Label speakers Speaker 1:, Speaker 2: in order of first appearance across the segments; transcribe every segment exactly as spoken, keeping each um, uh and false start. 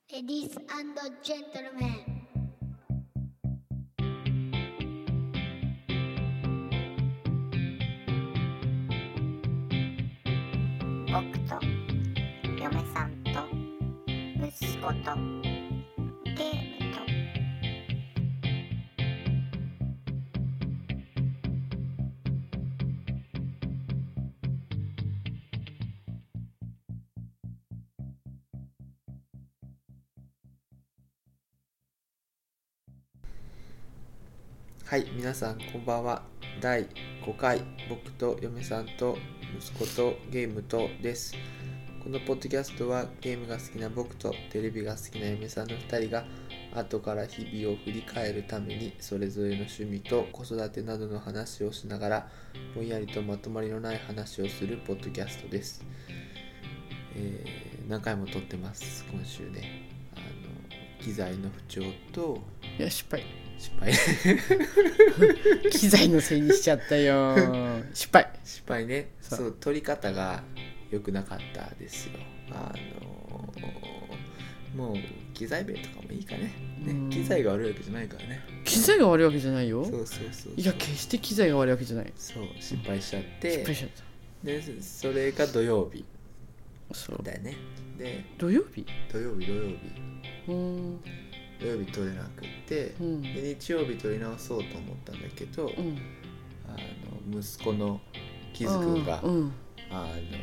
Speaker 1: Ladies and gentlemen 僕と嫁さんと息子とゲームと
Speaker 2: はい、皆さんこんばんは。だいごかい、僕と嫁さんと息子とゲームとです。このポッドキャストはゲームが好きな僕とテレビが好きな嫁さんのふたりが後から日々を振り返るためにそれぞれの趣味と子育てなどの話をしながらぼんやりとまとまりのない話をするポッドキャストです。えー、何回も撮ってます、今週ね。あの機材の不調と
Speaker 3: いや失敗
Speaker 2: 失敗
Speaker 3: 機材のせいにしちゃったよ失敗
Speaker 2: 失敗ね。
Speaker 3: そ
Speaker 2: う, そう撮り方が良くなかったですよ。あのー、もう機材名とかもいいかね。ね、機材が悪いわけじゃないからね。
Speaker 3: 機材が悪いわけじゃないよ。
Speaker 2: そうそうそうそう。
Speaker 3: いや決して機材が悪いわけじゃない。
Speaker 2: そう失敗しちゃって
Speaker 3: 失敗しちゃった
Speaker 2: でそれが土曜日
Speaker 3: そう
Speaker 2: だよね。で
Speaker 3: 土曜日
Speaker 2: 土曜日土曜日
Speaker 3: うーん
Speaker 2: 土曜日撮れなくて、
Speaker 3: うん、
Speaker 2: で日曜日撮り直そうと思ったんだけど、
Speaker 3: うん、
Speaker 2: あの息子のキズ君が、
Speaker 3: うん、
Speaker 2: あ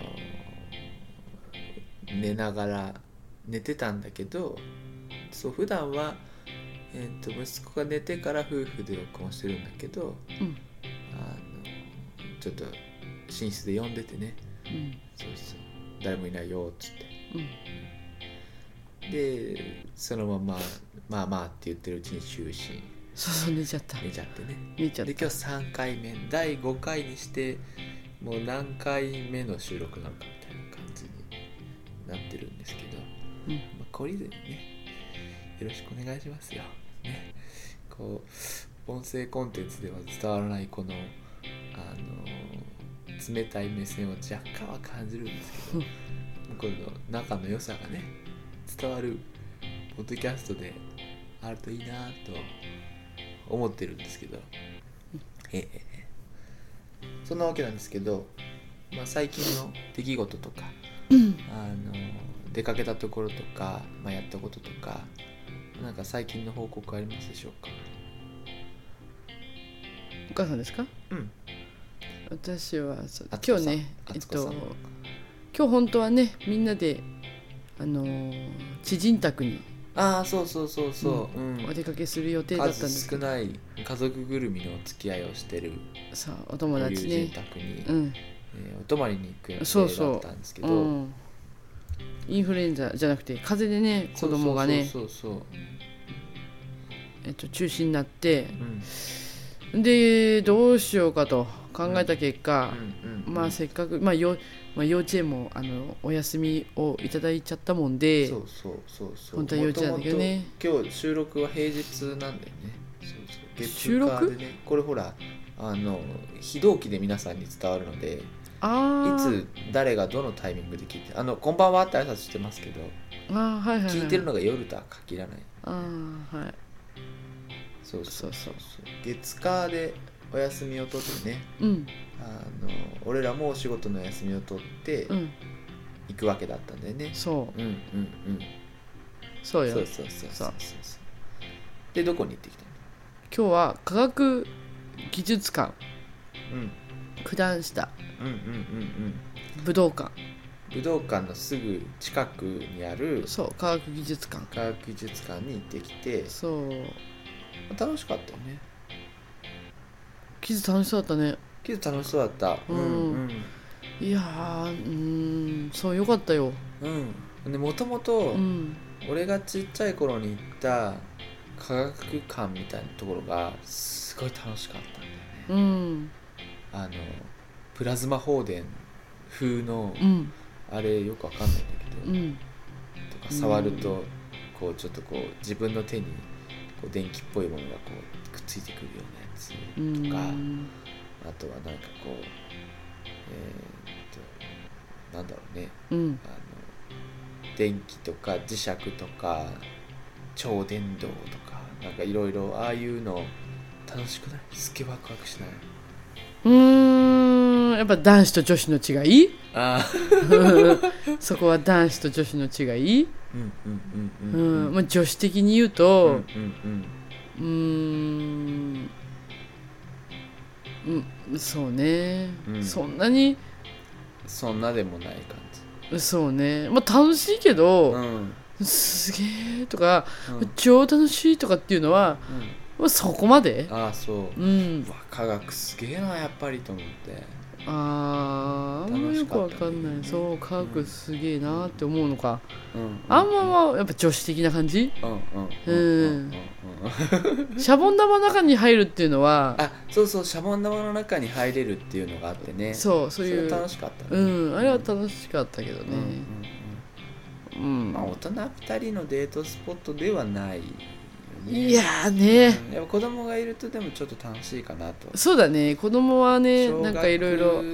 Speaker 2: の寝ながら寝てたんだけど、そう普段は、えー、と息子が寝てから夫婦で録音してるんだけど、
Speaker 3: うん、
Speaker 2: あのちょっと寝室で呼んでてね、
Speaker 3: うん、
Speaker 2: そうそう誰もいないよっつって、
Speaker 3: うん、
Speaker 2: でそのまままあまあって言ってるうちに就寝
Speaker 3: そうそう寝ちゃった
Speaker 2: 寝ちゃってね。
Speaker 3: 寝ちゃった
Speaker 2: で今日さんかいめだいごかいにしてもう何回目の収録なのかみたいな感じになってるんですけど、
Speaker 3: うん
Speaker 2: まあ、懲りずにねよろしくお願いしますよ、ね、こう音声コンテンツでは伝わらないこの、あの冷たい目線を若干は感じるんですけどこの仲の良さがね伝わるポッドキャストであるといいなと思ってるんですけど、ええそんなわけなんですけど、まあ、最近の出来事とか、
Speaker 3: うん、
Speaker 2: あの出かけたところとか、まあ、やったこととかなんか最近の報告ありますでしょうか。
Speaker 3: お母さんですか。
Speaker 2: うん
Speaker 3: 私は今日ねえっと
Speaker 2: 今
Speaker 3: 今日本当はねみんなであのー、知人宅に
Speaker 2: ああそうそうそうそう、うんうん、
Speaker 3: お出かけする予定だったんですけど、
Speaker 2: 数少ない家族ぐるみのお付き合いをしてる
Speaker 3: さあお友達ね
Speaker 2: 友人宅に、
Speaker 3: うん
Speaker 2: えー、お泊まりに行く予
Speaker 3: そうそう
Speaker 2: 定だったんですけど、
Speaker 3: うん、インフルエンザじゃなくて風邪でね子供がね
Speaker 2: そうそうそうそう、
Speaker 3: えっと、中止になって、
Speaker 2: うん、
Speaker 3: でどうしようかと考えた結果、
Speaker 2: うんうんうん、
Speaker 3: まあせっかく、まあよまあ、幼稚園もあのお休みをいただいちゃったもんで、
Speaker 2: そうそうそうそう
Speaker 3: 本当は幼稚園なんだけどね。
Speaker 2: 今日収録は平日なんだよね。そうそう月
Speaker 3: 収録
Speaker 2: 火でね、これほらあの非同期で皆さんに伝わるので、
Speaker 3: あ
Speaker 2: いつ誰がどのタイミングで聞いて、あのこんばんはって挨拶してますけど、
Speaker 3: あ、はいはいはい、
Speaker 2: 聞いてるのが夜とは限らない。
Speaker 3: あ、はい、
Speaker 2: そうそう
Speaker 3: そうそう
Speaker 2: 月火でお休みを取ってね、
Speaker 3: うん、
Speaker 2: あの俺らもお仕事の休みを取って
Speaker 3: うん、
Speaker 2: 行くわけだったんだよね。
Speaker 3: そう
Speaker 2: うんうんうん。
Speaker 3: そうよ。
Speaker 2: そうそうそうそうそう。でどこに行ってきたの？
Speaker 3: 今日は科学技術館、
Speaker 2: うん、
Speaker 3: 九段下
Speaker 2: うんうんうんうん
Speaker 3: 武道館、
Speaker 2: 武道館のすぐ近くにある
Speaker 3: そう科学技術館、
Speaker 2: 科学技術館に行ってきて、
Speaker 3: そう
Speaker 2: 楽しかったよね。
Speaker 3: 技術楽しそうだったね。
Speaker 2: けど楽しそうだった。
Speaker 3: うん、うん、いやー、うん、そうよかったよ。
Speaker 2: うん。でもともと俺がちっちゃい頃に行った科学館みたいなところがすごい楽しかったんだよね。うん、あのプラズマ放電風の、うん、あれよくわかんないんだけど、うん、とか触るとこうちょっとこう自分の手にこう電気っぽいものがこうくっついてくるようなやつとか、うん、あとはなんかこうえー、っとなんだろうね、うん、あの電気とか磁石とか超電導とかなんかいろいろああいうの楽しくない？すっげえワクワクしない？
Speaker 3: うーんやっぱ男子と女子の違い
Speaker 2: あ
Speaker 3: そこは男子と女子の違い、
Speaker 2: うんうんうん
Speaker 3: う
Speaker 2: うんうん
Speaker 3: んまあ、女子的に言う
Speaker 2: うん
Speaker 3: と
Speaker 2: うん
Speaker 3: うーんうんそうね、
Speaker 2: うん
Speaker 3: そんなに
Speaker 2: そんなでもない感
Speaker 3: そうねまあ楽しいけ
Speaker 2: じ
Speaker 3: ど、
Speaker 2: うん
Speaker 3: すげえとか、
Speaker 2: うん
Speaker 3: 超楽しいとかっていうのは、まあ、そこまで
Speaker 2: ああそう
Speaker 3: うん
Speaker 2: うわ科学すげえなやっぱりと思って
Speaker 3: あーあんまよくわかんない、
Speaker 2: 楽しかったね
Speaker 3: そう科学すげえなって思うのか、
Speaker 2: うん
Speaker 3: あんまはやっぱ女子的な感じ
Speaker 2: うんうんうんうんうん
Speaker 3: シャボン玉の中に入るっていうのは
Speaker 2: あそうそうシャボン玉の中に入れるっていうのがあってね
Speaker 3: そうそういう
Speaker 2: それ楽しかった
Speaker 3: う
Speaker 2: ね
Speaker 3: んあれは楽しかったけどね
Speaker 2: うんうん
Speaker 3: うん、
Speaker 2: うんまあ大人ふたりのデートスポットではないよね
Speaker 3: いやーね、
Speaker 2: うんやっぱ子供がいるとでもちょっと楽しいかなと
Speaker 3: そうだね子供はね
Speaker 2: 小学
Speaker 3: なんかいろいろ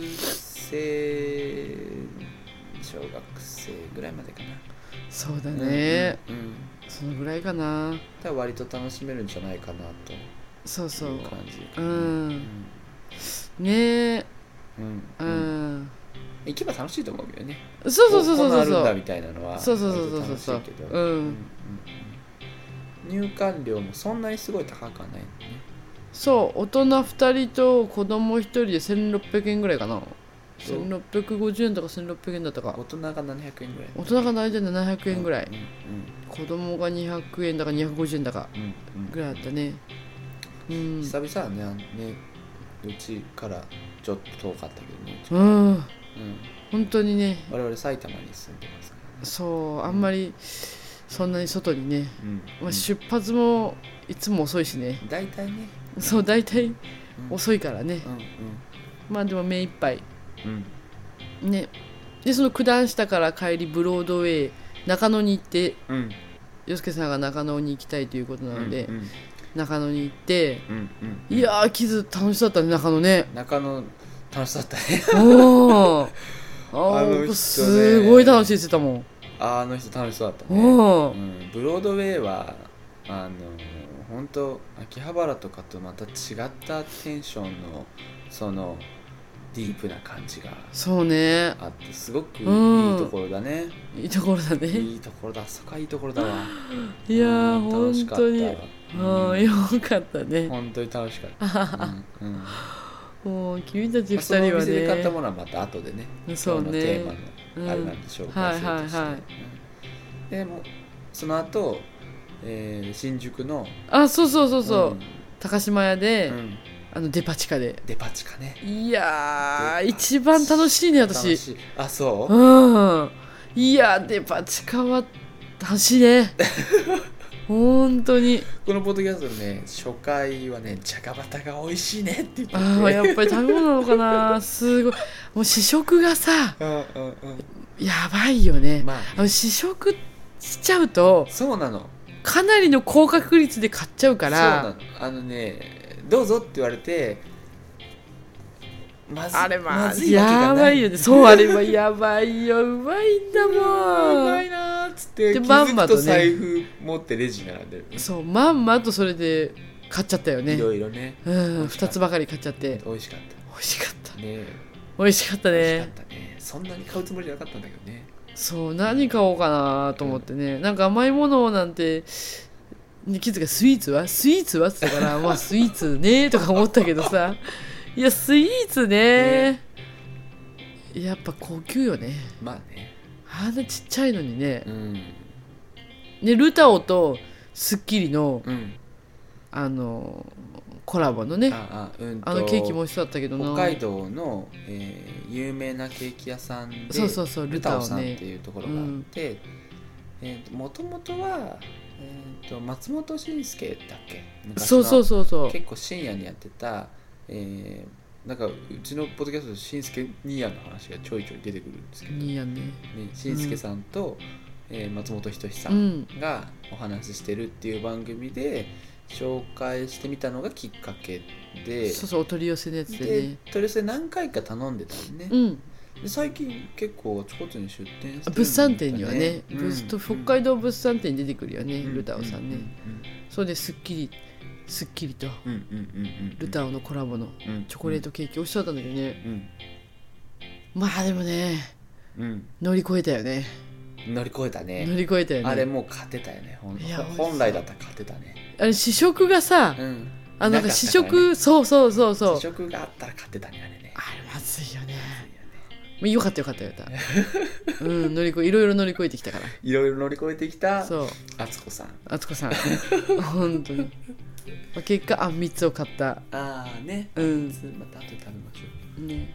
Speaker 2: 生小学生ぐらいまでかな
Speaker 3: そうだね、
Speaker 2: うんうんうん
Speaker 3: そのぐらいかな
Speaker 2: 多分割と楽しめるんじゃないかなと
Speaker 3: そうそう
Speaker 2: いう感じか
Speaker 3: う
Speaker 2: な、
Speaker 3: んねえ
Speaker 2: うん
Speaker 3: う
Speaker 2: うん
Speaker 3: ん
Speaker 2: 行けば楽しいと思うけどね
Speaker 3: そうそうそうそう
Speaker 2: こんな
Speaker 3: そう
Speaker 2: あるんだみたいなのは
Speaker 3: そうそうそうそうそう
Speaker 2: 割と楽しいけど
Speaker 3: うん
Speaker 2: うんうん入館料もそんなにすごい高くはないのね
Speaker 3: そう大人ふたりと子供ひとりでせんろっぴゃくえんぐらいかなせんろっぴゃくごじゅうえんとかせんろっぴゃくえんだったか
Speaker 2: 大人がななひゃくえんぐらい
Speaker 3: 大人が大体ななひゃくえんぐらい、
Speaker 2: うんうん
Speaker 3: 子供がにひゃくえんだかにひゃくごじゅうえんだか
Speaker 2: うんうん
Speaker 3: ぐらいだったねうん
Speaker 2: 久々はねあのねうちからちょっと遠かったけどね、
Speaker 3: うん
Speaker 2: うん、
Speaker 3: 本当にね
Speaker 2: 我々埼玉に住んでますからね
Speaker 3: そうあんまりそんなに外にね、
Speaker 2: うん
Speaker 3: まあ、出発もいつも遅いしね
Speaker 2: 大体ね
Speaker 3: そう大体
Speaker 2: うん
Speaker 3: 遅いからね
Speaker 2: うん
Speaker 3: まあでも目いっぱい
Speaker 2: うんうん
Speaker 3: ねでその九段下から帰りブロードウェイ中野に行って
Speaker 2: うん
Speaker 3: 洋介さんが中野に行きたいということなので、
Speaker 2: うんうん
Speaker 3: 中野に行って
Speaker 2: うんうん
Speaker 3: いやーキズ楽しそうだったね中野ね
Speaker 2: 中野楽しそうだったね
Speaker 3: おーあ
Speaker 2: あの人ね
Speaker 3: ーすごい楽しいって言ってたもん
Speaker 2: あの人楽しそうだったね、
Speaker 3: おー
Speaker 2: うん、ブロードウェイはあの本当秋葉原とかとまた違ったテンションのそのディープな感じが
Speaker 3: そうね
Speaker 2: あってすごくいい
Speaker 3: うん
Speaker 2: ところだね、
Speaker 3: いいところだね
Speaker 2: いいところだそこはいいところだわ
Speaker 3: いやー
Speaker 2: うん楽しかった
Speaker 3: 本当にああよかったね
Speaker 2: 本当に楽しかった、うんうん
Speaker 3: もう君たち
Speaker 2: まあ、
Speaker 3: 二人は
Speaker 2: そのお店で買った
Speaker 3: ね
Speaker 2: ものはまた後でね
Speaker 3: そうね
Speaker 2: 今日のテーマのあれなんで紹介するとして、
Speaker 3: はいはいはい
Speaker 2: うんでもその後、えー新宿の
Speaker 3: あそうそうそうそう、
Speaker 2: ん
Speaker 3: 高島屋で、
Speaker 2: うん
Speaker 3: あのデパ地下で
Speaker 2: デパ地下ね
Speaker 3: いやー
Speaker 2: デパ
Speaker 3: 一番楽しいね
Speaker 2: 楽
Speaker 3: 私
Speaker 2: しいあそう
Speaker 3: うんいやデパ地下は楽しいね本当に
Speaker 2: このポッドキャストね初回はねじゃがバタが美味しいねって言ってて
Speaker 3: ああやっぱり食べ物なのかなすごいもう試食がさ
Speaker 2: うんうんうん
Speaker 3: やばいよね、
Speaker 2: まあね
Speaker 3: あの試食しちゃうと
Speaker 2: そうなの
Speaker 3: かなりの高確率で買っちゃうか
Speaker 2: そうな
Speaker 3: ら
Speaker 2: のあのねどうぞって言われてまず
Speaker 3: あれまあ
Speaker 2: まずいわけがない
Speaker 3: やばいよねそうあれはやばいようまいんだ
Speaker 2: う
Speaker 3: もん
Speaker 2: まいなーっつって
Speaker 3: で
Speaker 2: 気
Speaker 3: まんまとね
Speaker 2: づくと財布持ってレジ並んでるね
Speaker 3: そうまんまとそれで買っちゃったよね
Speaker 2: いろいろね
Speaker 3: うんふたつばかり買っちゃって
Speaker 2: 美味しかっ
Speaker 3: 美味しかった
Speaker 2: たね
Speaker 3: 美味しかった
Speaker 2: 美味しか
Speaker 3: ね
Speaker 2: ったねそんなに買うつもりじゃなかったんだけどね
Speaker 3: そう何買おうかなと思ってねなんか甘いものなんてねキッズがスイーツはスイーツはって言ったからまあスイーツねとか思ったけどさいやスイーツねやっぱ高級よね
Speaker 2: まあね
Speaker 3: あんなちっちゃいのにね
Speaker 2: うん
Speaker 3: ねルタオとスッキリの
Speaker 2: うん
Speaker 3: あのコラボのね
Speaker 2: ああうんと
Speaker 3: あのケーキも美味しそうだったけどな
Speaker 2: 北海道の、えー有名なケーキ屋さんで
Speaker 3: そうそうそうルタオ
Speaker 2: さんっ
Speaker 3: ね
Speaker 2: ていうところがあって、えーともともとは、えー、と松本慎介だっけ昔の
Speaker 3: そうそうそうそう
Speaker 2: 結構深夜にやってた、えーなんかうちのポッドキャストで慎介ニーヤンの話がちょいちょい出てくるんですけど、ね、
Speaker 3: いいやね
Speaker 2: 慎介さんと、えー松本人志さ
Speaker 3: うんん
Speaker 2: がお話ししてるっていう番組で紹介してみたのがきっかけで
Speaker 3: そうそうお取り寄せのやつで
Speaker 2: で
Speaker 3: ね
Speaker 2: とりあえず何回か頼んでたのね、
Speaker 3: うん
Speaker 2: で最近結構あちこちに出店してるんだね。
Speaker 3: 物産展にはね、
Speaker 2: うん
Speaker 3: 物と北海道物産展に出てくるよね、
Speaker 2: うん
Speaker 3: ルタオさんね、
Speaker 2: うんうん
Speaker 3: それですっきりすっきりと
Speaker 2: うんうんうんうん
Speaker 3: ルタオのコラボの
Speaker 2: うん
Speaker 3: チョコレートケーキ美味しそうだったんだけどね、
Speaker 2: うん
Speaker 3: まあでもね
Speaker 2: うん
Speaker 3: 乗り越えたよね
Speaker 2: 乗り越えたね。
Speaker 3: 乗り越えたよね
Speaker 2: あれもう勝てたよね。ほん
Speaker 3: いや
Speaker 2: 本来だったら勝てたね。
Speaker 3: あれ試食がさ、
Speaker 2: うん
Speaker 3: あなんか試食、
Speaker 2: なかったからね
Speaker 3: そうそうそうそう
Speaker 2: 試食があったら勝てたねあれね。
Speaker 3: あれまずいよね
Speaker 2: いいよね
Speaker 3: よかったよかったよかったうん乗り越えいろいろ乗り越えてきたから
Speaker 2: いろいろ乗り越えてきた
Speaker 3: そう
Speaker 2: あつこさん。
Speaker 3: あつこさん本当に、まあ、結果あんみつを買った
Speaker 2: ああね。
Speaker 3: うん
Speaker 2: また後で食べましょう。
Speaker 3: ね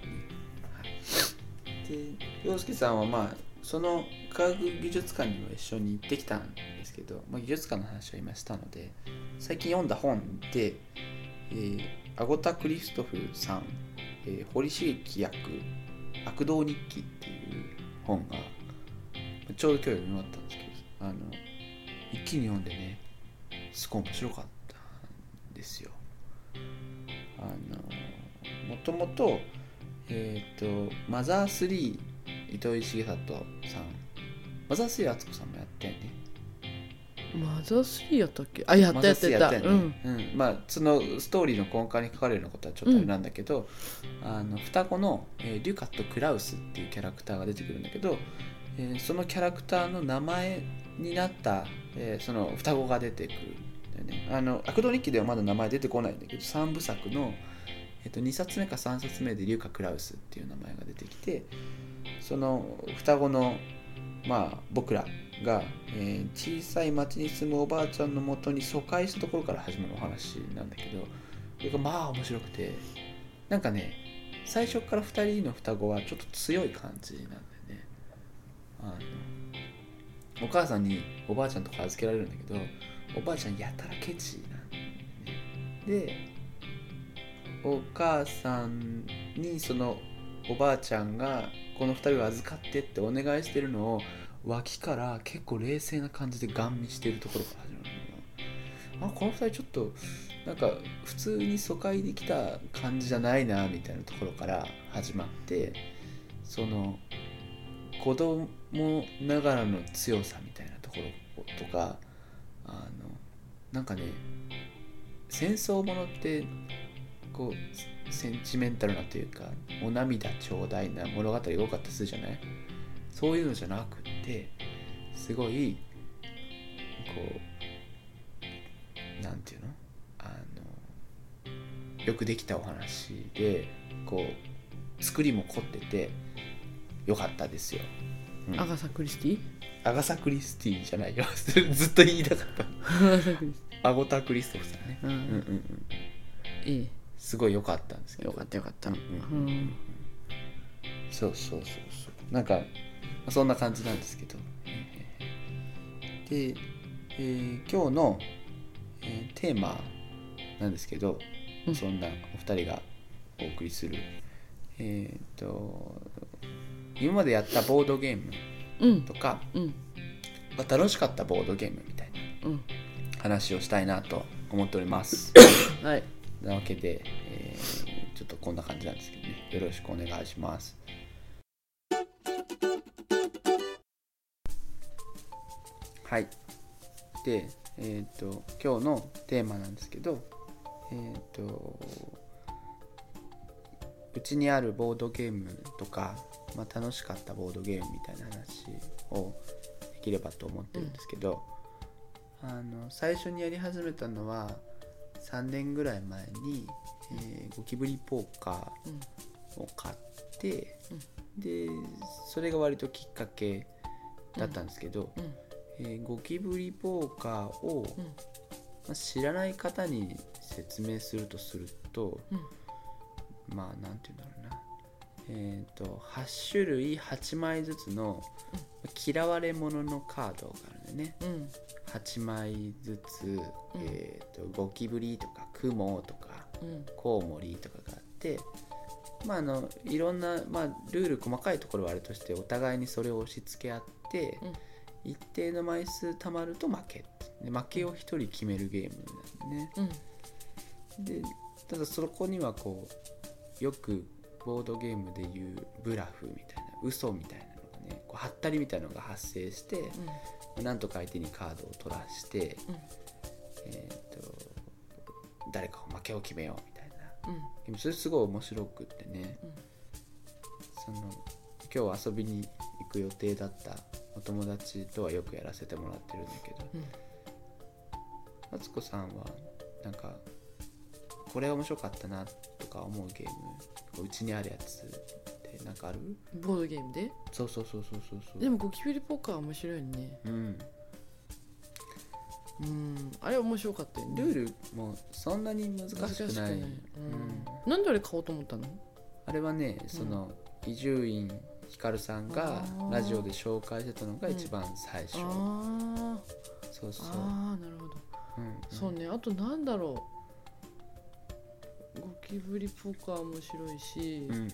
Speaker 2: で陽介さんはまあその科学技術館にも一緒に行ってきたんですけど、まあ、技術館の話は今したので最近読んだ本で、えー、アゴタ・クリストフさん、えー、堀茂樹役悪道日記っていう本がちょうど今日読み終わったんですけど、あの一気に読んでねすごい面白かったんですよ。あのもともとえっ、ー、とマザースリー糸井重里さん、マザースリー敦子さんもやったよね。
Speaker 3: マザースリーやったっけあやったやったやった
Speaker 2: よね、うんうん、まあそのストーリーの根幹に書かれるようなことはちょっとあれなんだけど、うん、あの双子の、えー、リュカとクラウスっていうキャラクターが出てくるんだけど、えー、そのキャラクターの名前になった、えー、その双子が出てくるんだよね。あの悪道日記ではまだ名前出てこないんだけどさんぶさくの、えー、とにさつめかさんさつめでリュカ・クラウスっていう名前が出てきて、その双子のまあ僕らが、えー、小さい町に住むおばあちゃんのもとに疎開したところから始まるお話なんだけど、それがまあ面白くて、なんかね最初からふたりの双子はちょっと強い感じなんだよね。あのお母さんにおばあちゃんとか預けられるんだけど、おばあちゃんやたらケチなんだよね。でお母さんにそのおばあちゃんがこのふたりを預かってってお願いしてるのを脇から結構冷静な感じでガン見してるところから始まるの。あ、このふたりちょっとなんか普通に疎開できた感じじゃないなみたいなところから始まって、その子供ながらの強さみたいなところとか、あのなんかね戦争ものってこうセンチメンタルなというかお涙ちょうだいな物語が多かったりするじゃない。そういうのじゃなくってすごいこうなんていうのあのよくできたお話でこう作りも凝っててよかったですよ、うん、
Speaker 3: アガサ・クリスティ
Speaker 2: アガサ・クリスティじゃないよずっと言いたかったアゴタ・クリストフさんね、うんうんうん、
Speaker 3: いい
Speaker 2: すごい良かったんですけど
Speaker 3: よかったよかった、うん
Speaker 2: うんうん、そうそうそうそうなんかそんな感じなんですけどで、えー、今日の、えー、テーマなんですけど、うん、そんなお二人がお送りするえっと今までやったボードゲームとか、うんうんまあ、楽しかったボードゲームみたいな話をしたいなと思っております、
Speaker 3: はい、
Speaker 2: なわけで、えー、ちょっとこんな感じなんですけどね、よろしくお願いします。はい。で、えっと、今日のテーマなんですけど、えっと、うちにあるボードゲームとか、まあ、楽しかったボードゲームみたいな話をできればと思ってるんですけど、うん、あの最初にやり始めたのはさんねんぐらい前に、えー、ゴキブリポーカーを買って、うん、でそれが割ときっかけだったんですけど、うんうんえー、ゴキブリポーカーを、うんまあ、知らない方に説明するとすると、うん、まあなんていうんだろうな、えー、とはち種類はちまいずつの嫌われ者のカードがあるんだよね、うん、はちまいずつ、うんえー、とゴキブリとかクモとか、うん、コウモリとかがあって、まあ、あのいろんな、まあ、ルール細かいところはあるとしてお互いにそれを押し付け合って、うん一定の枚数たまると負けで負けを一人決めるゲームなんでね、うん、でただそこにはこうよくボードゲームでいうブラフみたいな嘘みたいなのがねこうハったりみたいなのが発生して、うん、なんとか相手にカードを取らして、うんえー、と誰か負けを決めようみたいな、うん、それすごい面白くってね、うん、その今日遊びに行く予定だったお友達とはよくやらせてもらってるんだけど、あつこさんはなんかこれ面白かったなとか思うゲームうちにあるやつってなんかある？
Speaker 3: ボードゲームで？
Speaker 2: そうそうそうそうそうそう。
Speaker 3: でもゴキブリポーカー面白いね。うんうんあれ面白かったよね。
Speaker 2: ルールもそんなに難しくない。難しくない、うんうん、
Speaker 3: なんであれ買おうと思ったの？あ
Speaker 2: れはねその伊集院光さんがラジオで紹介してたのが一番最初、うん、あそうそう
Speaker 3: あなるほど、うんうん、そうね。あとなんだろうゴキブリポーカー面白いし、うんうん、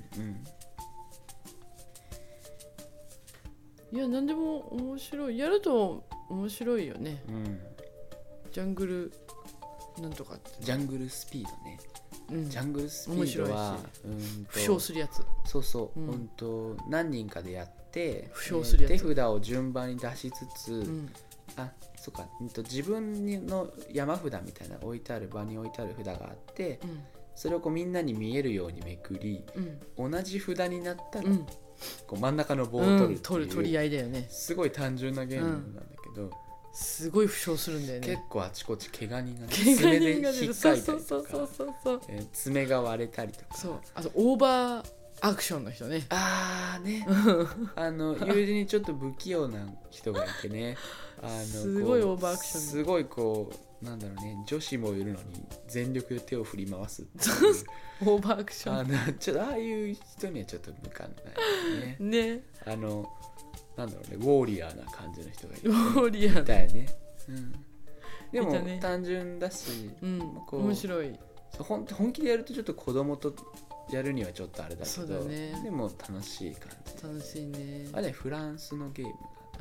Speaker 3: いや何でも面白い。やると面白いよね、うん、ジャングルなんとかって
Speaker 2: ジャングルスピードね、うん、ジャングルスピードは
Speaker 3: うんと負傷するやつ
Speaker 2: そうそう、うんうんと何人かでやって
Speaker 3: 負傷するやつ、
Speaker 2: えー、手札を順番に出しつつ、うん、あそっか、うんと自分の山札みたいな置いてある場に置いてある札があって、うん、それをこうみんなに見えるようにめくり、うん、同じ札になったら、うん、こう真ん中の棒を取るっていう、うん、
Speaker 3: 取る取り合いだよね。
Speaker 2: すごい単純なゲームなんだけど、うん
Speaker 3: すごい負傷するんだよね。
Speaker 2: 結構あちこち怪我人が、ね、
Speaker 3: 爪で
Speaker 2: 引っかいたりとか爪が割れたりとか
Speaker 3: そうあとオーバーアクションの人ね
Speaker 2: あーねあの友人にちょっと不器用な人がいてねあの
Speaker 3: すごいオーバーアクション
Speaker 2: すごいこうなんだろうね女子もいるのに全力で手を振り回すって
Speaker 3: いうオーバーアクション
Speaker 2: あのちょっとああいう人にはちょっと向かないねねあのなんだろうね、ウォーリアーな感じの人がいる、
Speaker 3: ウォーリアー
Speaker 2: みたいね、うん、でも、ね、単純だし、
Speaker 3: うん、こう面白い
Speaker 2: そう本本気でやるとちょっと子供とやるにはちょっとあれだけど、ね、でも楽しい感じ
Speaker 3: 楽しいね。
Speaker 2: あれフランスのゲームだ、
Speaker 3: あ、うん、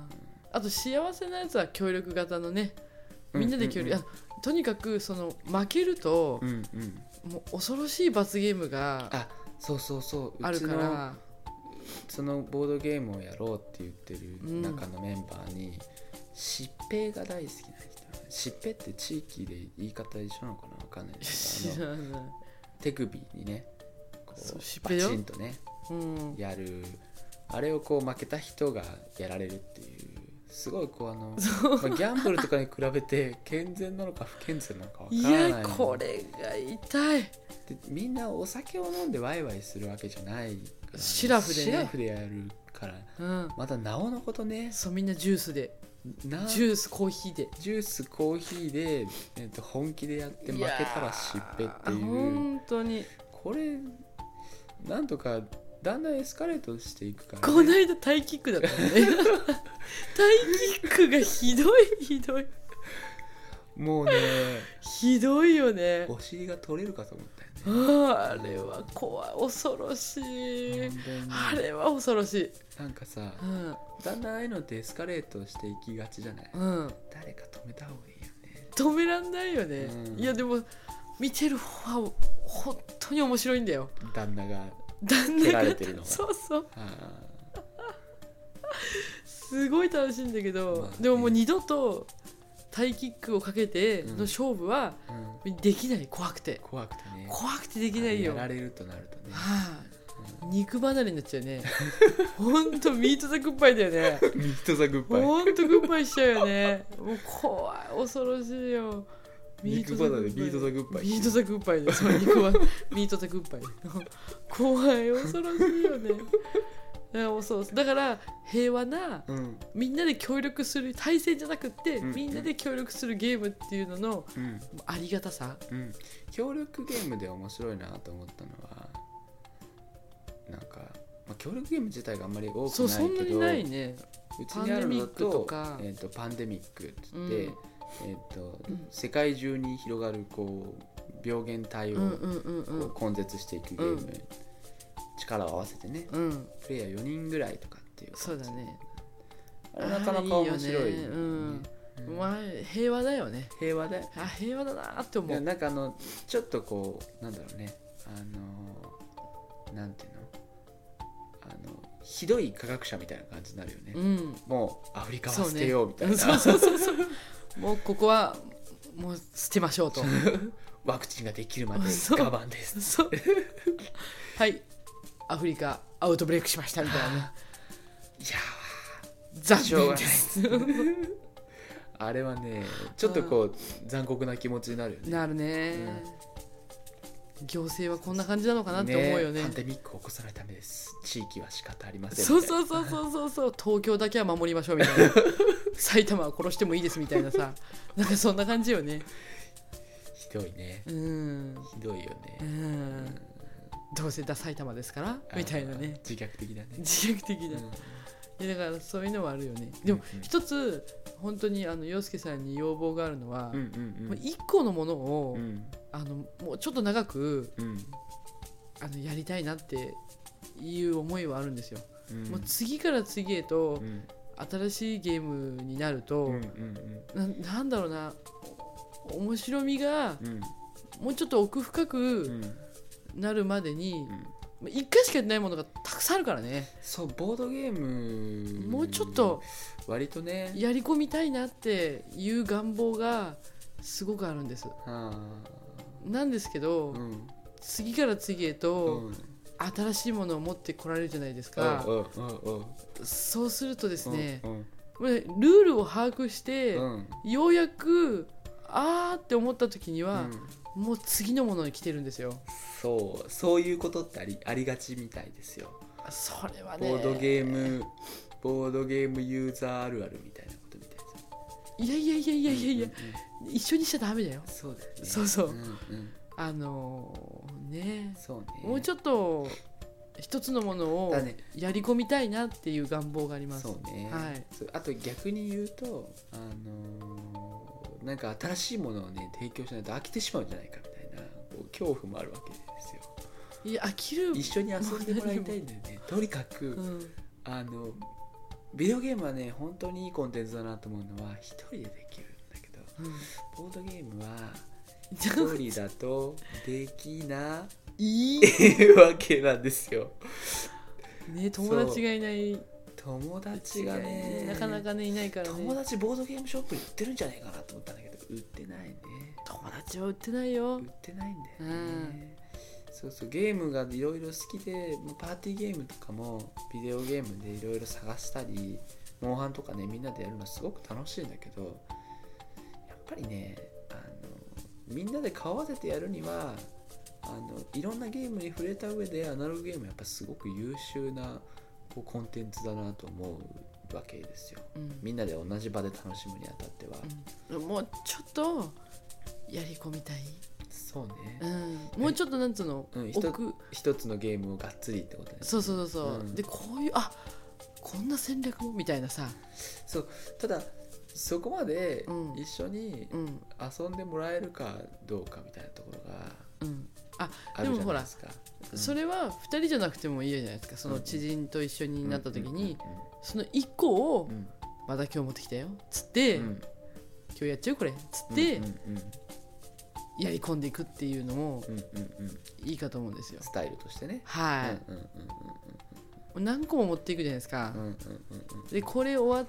Speaker 3: あと幸せなやつは協力型のねみんなで協力、うんうんうん、とにかくその負けると、うんうん、もう恐ろしい罰ゲームが
Speaker 2: あそうそうそう
Speaker 3: あるから
Speaker 2: そのボードゲームをやろうって言ってる中のメンバーに、うん、疾病が大好きな人疾病って地域で言い方一緒なのかな分かんないですけど手首にねこうバチンとね、うん、やるあれをこう負けた人がやられるっていうすごいこうあの、まあ、ギャンブルとかに比べて健全なのか不健全なのか分からない。い
Speaker 3: やこれが痛い
Speaker 2: でみんなお酒を飲んでワイワイするわけじゃないから、ね、
Speaker 3: シラフでね
Speaker 2: シラフでやるから、うん、またなおのことね
Speaker 3: そうみんなジュースでジュースコーヒーで
Speaker 2: ジュースコーヒーで、えー、と本気でやって負けたら疾病っていう
Speaker 3: 本当に
Speaker 2: これなんとかだんだんエスカレートしていくから、ね、
Speaker 3: この間タイキックだったねタイキックがひどいひどい
Speaker 2: もうね
Speaker 3: ひどいよね。
Speaker 2: お尻が取れるかと思ったよね。
Speaker 3: あ, あれは怖い恐ろしいあれは恐ろしい。
Speaker 2: なんかさ、うん、だんだんああいうのってエスカレートしていきがちじゃない、うん、誰か止めた方がいいよね。
Speaker 3: 止めらんないよね、うん、いやでも見てる方は本当に面白いんだよ。
Speaker 2: 旦那が
Speaker 3: 旦那が
Speaker 2: 蹴られてるのが
Speaker 3: そうそうすごい楽しいんだけど、まあね、でももう二度とタイキックをかけての勝負はできない、うん、怖くて
Speaker 2: 怖くてね
Speaker 3: 怖くてできないよ。
Speaker 2: やられるとなるとね、
Speaker 3: はあ、うん、肉離れになっちゃうねほんとミートザグッバイだよね
Speaker 2: ミートザグッバイ
Speaker 3: ほんとグッバイしちゃうよねもう怖い恐ろしいよ。
Speaker 2: ミートザグッバイミートザグッバイ
Speaker 3: ミートザグッバイでその肉はミートザグッバイ怖い恐ろしいよねそうだから平和な、うん、みんなで協力する対戦じゃなくって、うん、みんなで協力するゲームっていうのの、うん、ありがたさ、
Speaker 2: うん、協力ゲームで面白いなと思ったのはなんか、まあ、協力ゲーム自体があんまり多くないけど
Speaker 3: そうそんなにないね。
Speaker 2: うちにあるのとパンデミックと、えー、とパンデミックって言って、うんえーとうん、世界中に広がるこう病原体を根絶していくゲーム、うん、力を合わせてね、うん、プレイヤーよにんぐらいとかっていう
Speaker 3: そうだね。
Speaker 2: あれなかなか面白いよね。いいよね、
Speaker 3: うんうん、まあ、平和だよね。
Speaker 2: 平和だよ。
Speaker 3: あ平和だなって思う。
Speaker 2: なんかあのちょっとこうなんだろうねあのなんていうのあのひどい科学者みたいな感じになるよね、
Speaker 3: うん、
Speaker 2: もうアフリカは捨てようみたいな、
Speaker 3: そうそうそうそうもうここはもう捨てましょうと
Speaker 2: ワクチンができるまで我慢です
Speaker 3: そうはいアフリカアウトブレイクしましたみたいなね
Speaker 2: いや
Speaker 3: 残念です
Speaker 2: あれはねちょっとこう残酷な気持ちになるよね。
Speaker 3: なるね、うん、行政はこんな感じなのかなって思うよね。
Speaker 2: パンデミックを起こさないためです、地域は仕方ありません
Speaker 3: そうそうそうそうそうそう東京だけは守りましょうみたいな埼玉は殺してもいいですみたいなさなんかそんな感じよね。
Speaker 2: ひどいね、
Speaker 3: うん、
Speaker 2: ひどいよね、
Speaker 3: うん、どうせだ埼玉ですからみたいなね。
Speaker 2: 自虐的だね。
Speaker 3: 自虐的だ、うんいやだからそういうのはあるよね。でも一つ本当にあの陽介さんに要望があるのは、うんうんうん、いっこのものを、うん、あのもうちょっと長く、うん、あのやりたいなっていう思いはあるんですよ、うん、もう次から次へと、うん、新しいゲームになると、うんうんうん、な, なんだろうな面白みが、うん、もうちょっと奥深くなるまでに、うんいっかいしかやってないものがたくさんあるからね。
Speaker 2: そうボードゲーム
Speaker 3: もうちょっと
Speaker 2: 割とね
Speaker 3: やり込みたいなっていう願望がすごくあるんです、はあ、なんですけど、うん、次から次へと、うん、新しいものを持ってこられるじゃないですか、うんうんうん、そうするとですね、うんうん、ルールを把握して、うん、ようやくあーって思った時には、うん、もう次のものに来てるんですよ。
Speaker 2: そうそういうことってあり、ありがちみたいですよ。
Speaker 3: それはね
Speaker 2: ボードゲームボードゲームユーザーあるあるみたいなことみたいです。
Speaker 3: いやいやいやいやいやいや、うんうん、一緒にしちゃダメだよ。
Speaker 2: そうだよね。
Speaker 3: そうそう、
Speaker 2: うんうん、
Speaker 3: あのー、ね
Speaker 2: そうね
Speaker 3: もうちょっと一つのものをやり込みたいなっていう願望があります。
Speaker 2: そうね、
Speaker 3: はい、
Speaker 2: そうあと逆に言うと、あのー、なんか新しいものをね提供しないと飽きてしまうんじゃないかみたいな恐怖もあるわけですよ。
Speaker 3: いや飽きる
Speaker 2: 一緒に遊んでもらいたいんだよね。とにかく、うん、あのビデオゲームはね本当にいいコンテンツだなと思うのは一人でできるんだけど、うん、ボードゲームは一人だとできないわけなんですよ。
Speaker 3: ね友達がいない
Speaker 2: 友達がね
Speaker 3: なかなかねいないからね。
Speaker 2: 友達ボードゲームショップに売ってるんじゃないかなと思ったんだけど売ってないね。
Speaker 3: 友達は売ってないよ。
Speaker 2: 売ってないんだよね、うん、そうそうゲームがいろいろ好きでパーティーゲームとかもビデオゲームでいろいろ探したりモンハンとかねみんなでやるのはすごく楽しいんだけどやっぱりねあのみんなで顔合わせてやるにはあのいろんなゲームに触れた上でアナログゲームはやっぱすごく優秀なこうコンテンツだなと思うわけですよ、うん、みんなで同じ場で楽しむにあたっては、
Speaker 3: うん、もうちょっとやり込みたい。
Speaker 2: そうね、
Speaker 3: うん、もうちょっとなんつうの、うん、
Speaker 2: 奥一つのゲームをがっつりってことね。
Speaker 3: そうそうそうそう、うん、でこういうあこんな戦略もみたいなさ。
Speaker 2: そうただそこまで一緒に遊んでもらえるかどうかみたいなところが、うん、ああるじゃないですか。
Speaker 3: うん、それはふたりじゃなくてもいいじゃないですか。その知人と一緒になった時にそのいっこを、うん、まだ今日持ってきたよつって、うん、今日やっちゃうこれつって、うんうんうん、やり込んでいくっていうのもいいかと思うんですよ。
Speaker 2: スタイルとしてね。
Speaker 3: はい、うんうんうんうん、何個も持っていくじゃないですか、うんうんうんうん、でこれ終わって、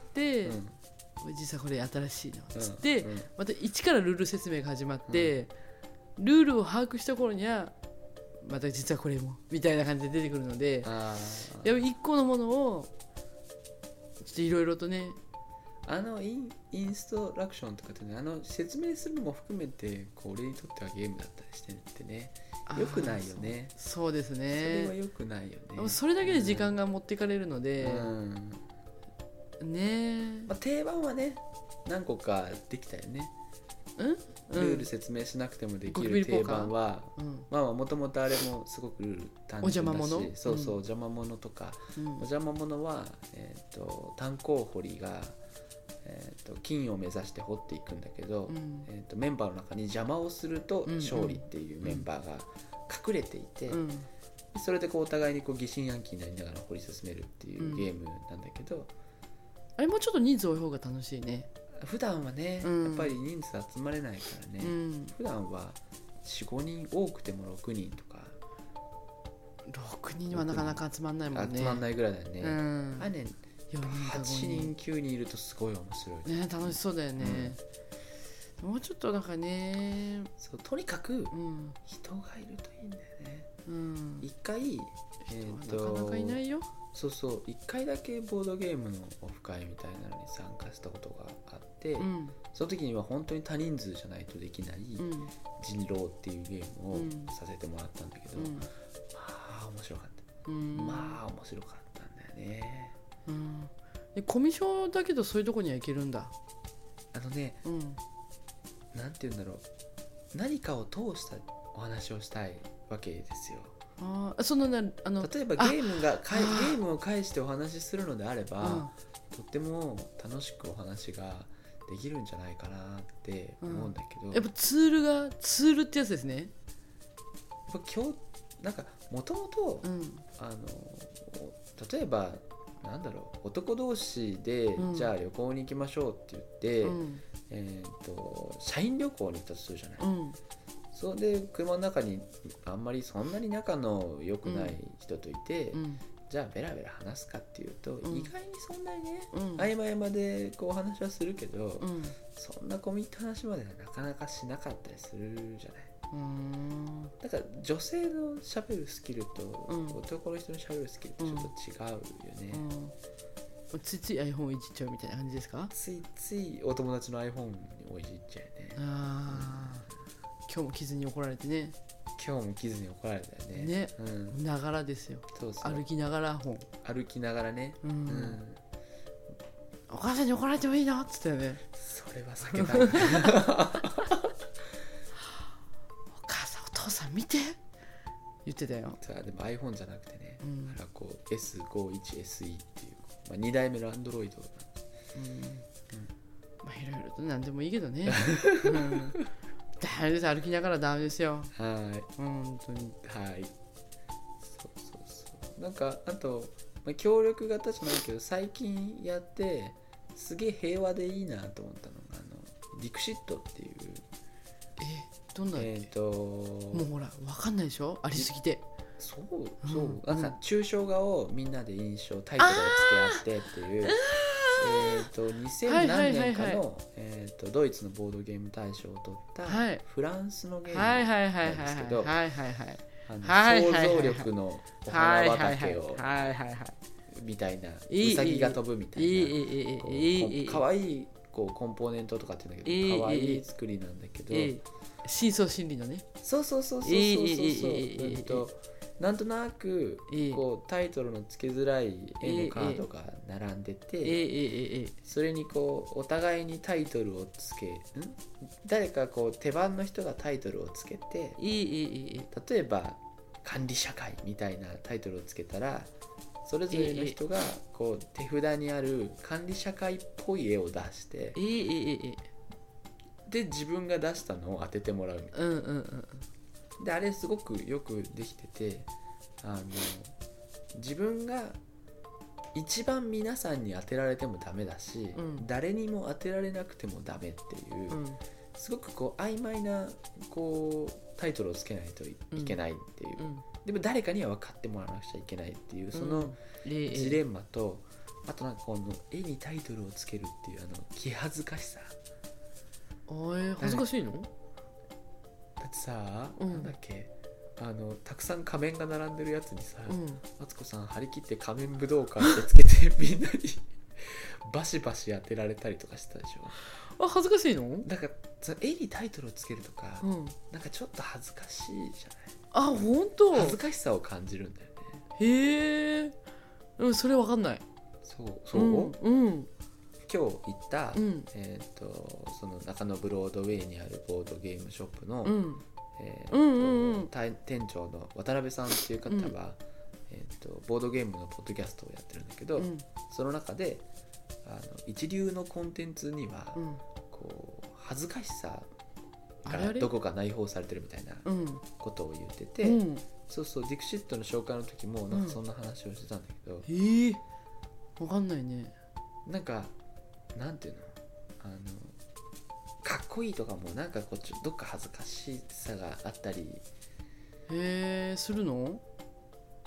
Speaker 3: うん、実はこれ新しいのつって、うんうん、また一からルール説明が始まって、うん、ルールを把握した頃にはまた実はこれもみたいな感じで出てくるので、あやっぱ一個のものをちょっといろいろとね
Speaker 2: あのイ ン, インストラクションとかってねあの説明するのも含めてこう俺にとってはゲームだったりしてってねよくないよね。
Speaker 3: そ う, そうですね。
Speaker 2: それはよくないよね。
Speaker 3: それだけで時間が持っていかれるので、うん、ね、
Speaker 2: まあ、定番はね何個かできたよね。
Speaker 3: うん
Speaker 2: ルール説明しなくてもできる定番は、うん、まあもともとあれもすごくルール単純だし、お
Speaker 3: 邪魔者
Speaker 2: そうそう、うん、邪魔者とか、うん、お邪魔者は、えー、と炭鉱掘りが、えー、と金を目指して掘っていくんだけど、うん、えー、とメンバーの中に邪魔をすると勝利っていうメンバーが隠れていて、うんうん、それでこうお互いにこう疑心暗鬼になりながら掘り進めるっていうゲームなんだけど、うん、
Speaker 3: あれもちょっと人数多い方が楽しいね。
Speaker 2: 普段はね、うん、やっぱり人数集まれないからね、うん、普段は よん,ご 人多くてもろくにんとか
Speaker 3: ろくにんはなかなか集まんないもんね。
Speaker 2: 集まんないぐらいだよね、
Speaker 3: うん、
Speaker 2: あれね
Speaker 3: よにんか
Speaker 2: はちにんきゅうにんいるとすごい面白い
Speaker 3: ね、楽しそうだよね、うん、もうちょっとなんかね、
Speaker 2: そうとにかく
Speaker 3: うん
Speaker 2: 人がいるといいんだよね、
Speaker 3: うん、
Speaker 2: 一回、えー、と
Speaker 3: なかなかいないよ。
Speaker 2: そうそう一回だけボードゲームのオフ会みたいなのに参加したことがあって、
Speaker 3: うん、
Speaker 2: その時には本当に多人数じゃないとできない
Speaker 3: うん
Speaker 2: 人狼っていうゲームを
Speaker 3: うん
Speaker 2: させてもらったんだけど、
Speaker 3: うん
Speaker 2: まあ面白かった、
Speaker 3: うん
Speaker 2: まあ面白かったんだよね。
Speaker 3: うん、でコミュ障だけどそういうとこには行けるんだ。
Speaker 2: あのね、
Speaker 3: うん、
Speaker 2: なんて言うんだろう、何かを通したお話をしたいわけですよ。
Speaker 3: あそのなあの
Speaker 2: 例えばゲームがかいゲームを介してお話しするのであれば、
Speaker 3: うん、
Speaker 2: とっても楽しくお話ができるんじゃないかなって思うんだけど、
Speaker 3: うん、やっぱツールがツールってやつですね。
Speaker 2: やっぱ今日なんかもともとあの例えばなんだろう男同士で、うん、じゃあ旅行に行きましょうって言って、うん、えー、と社員旅行に行ったとするじゃない、うん、それで車の中にあんまりそんなに仲の良くない人といて、うん、じゃあベラベラ話すかっていうと、うん、意外にそんなにね、うん、合間合間でこう話はするけど、うん、そんな込み入った話まではなかなかしなかったりするじゃない。うーんだから女性の喋るスキルと、うん、男の人の喋るスキルとちょっと違うよね、
Speaker 3: うん、ついつい iPhone をいじっちゃうみたいな感じですか。
Speaker 2: ついついお友達の iPhone をいじっちゃうね。あ、
Speaker 3: うん、今日も傷に怒られてね。
Speaker 2: 今日も傷に怒られたよね。
Speaker 3: ね、うん、ながらですよ。そうそう歩きながら本
Speaker 2: 歩きながらね、うんうん、
Speaker 3: お母さんに怒られてもいいのっつったよね。
Speaker 2: それは避けたい
Speaker 3: お父さん見て言ってたよ。
Speaker 2: でも iPhone じゃなくてね、うん、あれはこう エスごじゅういちエスイー っていう、まあ、にだいめの Android なんです、うんうん、
Speaker 3: まあいろいろと何でもいいけどね、うん、ダメです。歩きながらダメですよ。はい、本当に
Speaker 2: はい。そうそうそう。なんかあと、まあ、協力型じゃないけど最近やってすげえ平和でいいなと思ったのがあのディクシットっていう、
Speaker 3: えどんな
Speaker 2: えー、と
Speaker 3: もうほら分かんないでしょ、ありすぎて。
Speaker 2: そうそう、うん、なんか抽象画をみんなで印象タイトルをつけ合ってっていう、えー、とにせん何年かのドイツのボードゲーム大賞を取ったフランスのゲームなんですけど、想像力のお花畑をみたいな、ウサギが飛ぶみたいなかわいいこうコンポーネントとかって言うんだけどかわいい作りなんだけど、
Speaker 3: 深層心理のね、
Speaker 2: そうそうそうそうそうそうそうなんとなくこうタイトルのつけづらい絵のカードが並んでて、それにこうお互いにタイトルをつけん誰かこう手番の人がタイトルをつけて、例えば管理社会みたいなタイトルをつけたらそれぞれの人がこう手札にある管理社会っぽい絵を出してで自分が出したのを当ててもらうみたいな、うんうんうん、であれすごくよくできてて、あの自分が一番皆さんに当てられてもダメだし、うん、誰にも当てられなくてもダメっていう、うん、すごくこう曖昧なこうタイトルをつけないと い,、うん、いけないっていう、うん、でも誰かには分かってもらわなくちゃいけないっていうそのジレンマと、あとなんかこの絵にタイトルをつけるっていうあの気恥ずかしさ。
Speaker 3: おい恥ずかしいの？
Speaker 2: だってさ、うん、なんだっけあのたくさん仮面が並んでるやつにさ、マツコさん張り切って仮面武道館ってつけてみんなにバシバシ当てられたりとかしてたでし
Speaker 3: ょ。あ、恥ずかしいの？
Speaker 2: だから絵にタイトルをつけるとか、うん、なんかちょっと恥ずかしいじゃない。
Speaker 3: あ、本当？
Speaker 2: 恥ずかしさを感じるんだよ
Speaker 3: ね。へえ、うん、それわかんない。
Speaker 2: そうそう、うんうん、今日行った、うんえー、とその中野ブロードウェイにあるボードゲームショップの、うんえーとうんうんうん、店長の渡辺さんっていう方は、うんえー、とボードゲームのポッドキャストをやってるんだけど、うん、その中であの一流のコンテンツには、うん、こう恥ずかしさがどこか内包されてるみたいなことを言ってて、うん、そうそうディクシットの紹介の時もなんかそんな話をしてたんだけど、
Speaker 3: うん、えー、わかんないね。
Speaker 2: なんかなんていうのあのかっこいいとかもなんかこっちどっか恥ずかしさがあったり
Speaker 3: へーするの？